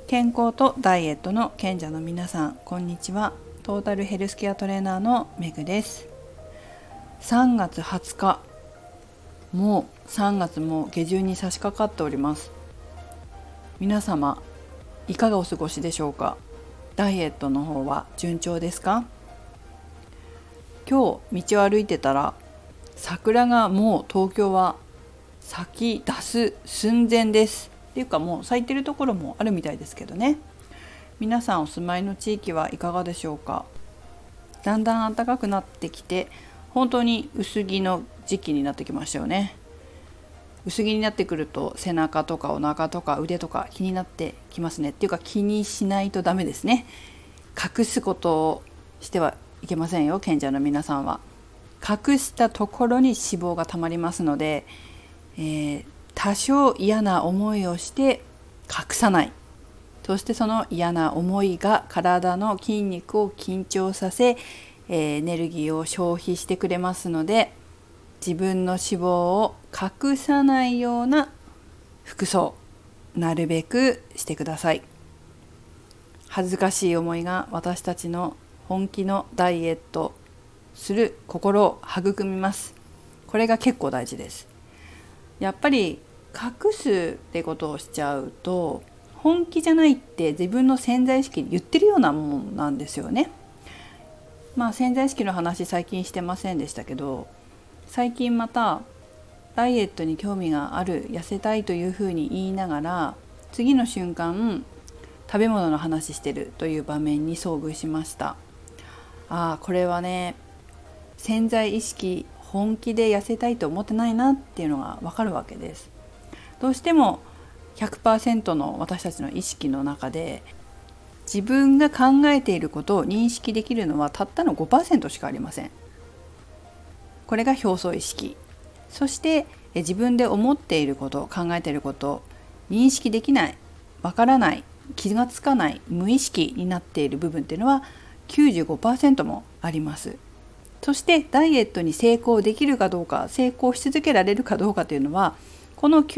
健康とダイエットの賢者の皆さん、こんにちは。トータルヘルスケアトレーナーのめぐです。3月20日、もう3月も下旬に差し掛かっております。皆様いかがお過ごしでしょうか。ダイエットの方は順調ですか？今日道を歩いてたら、桜がもう東京は咲き出す寸前ですっていうか、もう咲いてるところもあるみたいですけどね。皆さんお住まいの地域はいかがでしょうか。だんだん暖かくなってきて、本当に薄着の時期になってきましたよね。薄着になってくると背中とかお腹とか腕とか気になってきますね。っていうか、気にしないとダメですね。隠すことをしてはいけませんよ。賢者の皆さんは隠したところに脂肪がたまりますので、多少嫌な思いをして隠さない。そしてその嫌な思いが体の筋肉を緊張させ、エネルギーを消費してくれますので、自分の脂肪を隠さないような服装、なるべくしてください。恥ずかしい思いが私たちの本気のダイエットする心を育みます。これが結構大事です。やっぱり隠すってことをしちゃうと、本気じゃないって自分の潜在意識に言ってるようなもんなんですよね。潜在意識の話最近してませんでしたけど、最近またダイエットに興味がある、痩せたいというふうに言いながら、次の瞬間食べ物の話してるという場面に遭遇しました。これはね、潜在意識、本気で痩せたいと思ってないなっていうのがわかるわけです。どうしても 100% の私たちの意識の中で、自分が考えていることを認識できるのはたったの 5% しかありません。これが表層意識。そして自分で思っていること、考えていること、認識できない、わからない、気がつかない、無意識になっている部分っていうのは 95% もあります。そしてダイエットに成功できるかどうか、成功し続けられるかどうかというのは、この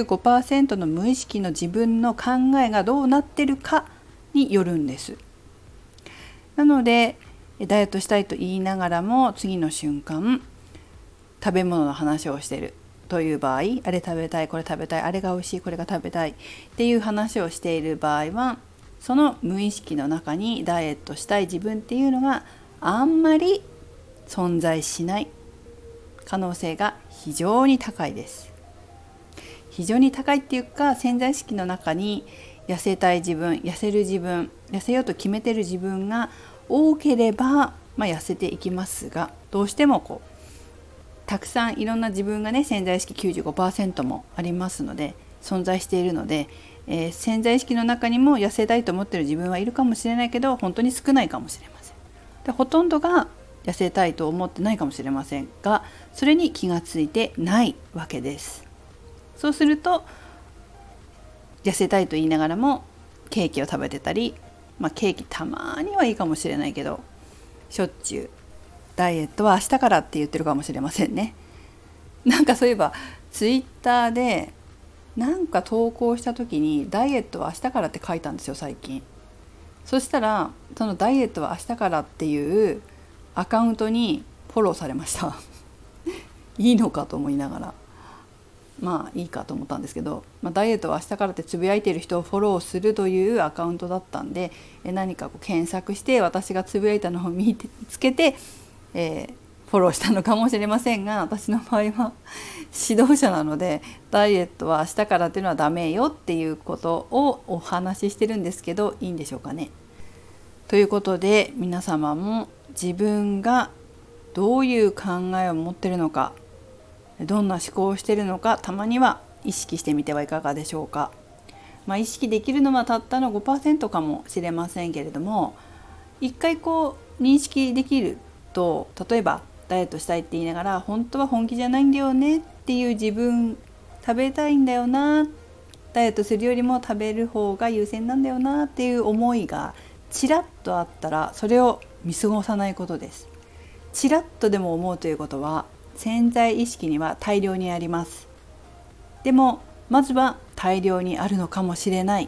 95% の無意識の自分の考えがどうなっているかによるんです。なのでダイエットしたいと言いながらも、次の瞬間食べ物の話をしているという場合、あれ食べたい、これ食べたい、あれが美味しい、これが食べたいっていう話をしている場合は、その無意識の中にダイエットしたい自分っていうのがあんまり存在しない可能性が非常に高いです。非常に高いっていうか、潜在意識の中に痩せたい自分、痩せる自分、痩せようと決めてる自分が多ければ、痩せていきますが、どうしてもたくさんいろんな自分がね、潜在意識 95% もありますので、存在しているので、潜在意識の中にも痩せたいと思っている自分はいるかもしれないけど、本当に少ないかもしれません。で、ほとんどが痩せたいと思ってないかもしれませんが、それに気がついてないわけです。そうすると、痩せたいと言いながらもケーキを食べてたり、ケーキたまにはいいかもしれないけど、しょっちゅうダイエットは明日からって言ってるかもしれませんね。そういえばツイッターで投稿した時に、ダイエットは明日からって書いたんですよ、最近。そしたら、そのダイエットは明日からっていうアカウントにフォローされましたいいのかと思いながら、いいかと思ったんですけど、ダイエットは明日からってつぶやいている人をフォローするというアカウントだったんで、何か検索して私がつぶやいたのを見つけて、フォローしたのかもしれませんが、私の場合は指導者なので、ダイエットは明日からっていうのはダメよっていうことをお話ししてるんですけど、いいんでしょうかね。ということで、皆様も自分がどういう考えを持っているのか、どんな思考をしているのか、たまには意識してみてはいかがでしょうか。意識できるのはたったの 5% かもしれませんけれども、一回認識できると、例えばダイエットしたいって言いながら、本当は本気じゃないんだよねっていう自分、食べたいんだよな、ダイエットするよりも食べる方が優先なんだよなっていう思いがちらっとあったら、それを見過ごさないことです。ちらっとでも思うということは、潜在意識には大量にあります。でもまずは大量にあるのかもしれない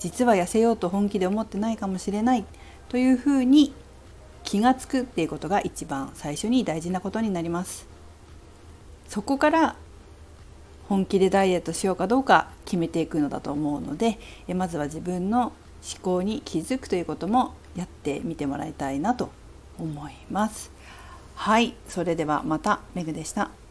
実は痩せようと本気で思ってないかもしれないというふうに気がつくっていうことが一番最初に大事なことになります。そこから本気でダイエットしようかどうか決めていくのだと思うので、まずは自分の思考に気づくということもやってみてもらいたいなと思います。はい、それではまた。めぐでした。